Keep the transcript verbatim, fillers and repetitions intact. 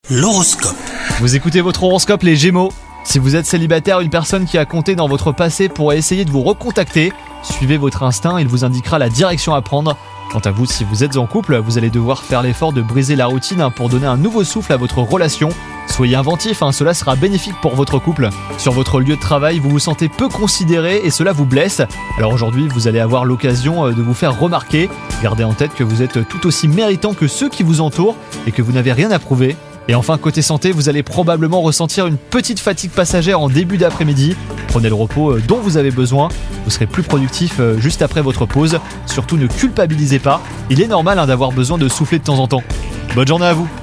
L'horoscope. Vous écoutez votre horoscope les Gémeaux. Si vous êtes célibataire, une personne qui a compté dans votre passé pourrait essayer de vous recontacter. Suivez votre instinct, il vous indiquera la direction à prendre. Quant à vous, si vous êtes en couple, vous allez devoir faire l'effort de briser la routine pour donner un nouveau souffle à votre relation. Soyez inventif, hein, cela sera bénéfique pour votre couple. Sur votre lieu de travail, vous vous sentez peu considéré et cela vous blesse. Alors aujourd'hui, vous allez avoir l'occasion de vous faire remarquer. Gardez en tête que vous êtes tout aussi méritant que ceux qui vous entourent et que vous n'avez rien à prouver. Et enfin, côté santé, vous allez probablement ressentir une petite fatigue passagère en début d'après-midi. Prenez le repos dont vous avez besoin. Vous serez plus productif juste après votre pause. Surtout ne culpabilisez pas. Il est normal hein, d'avoir besoin de souffler de temps en temps. Bonne journée à vous.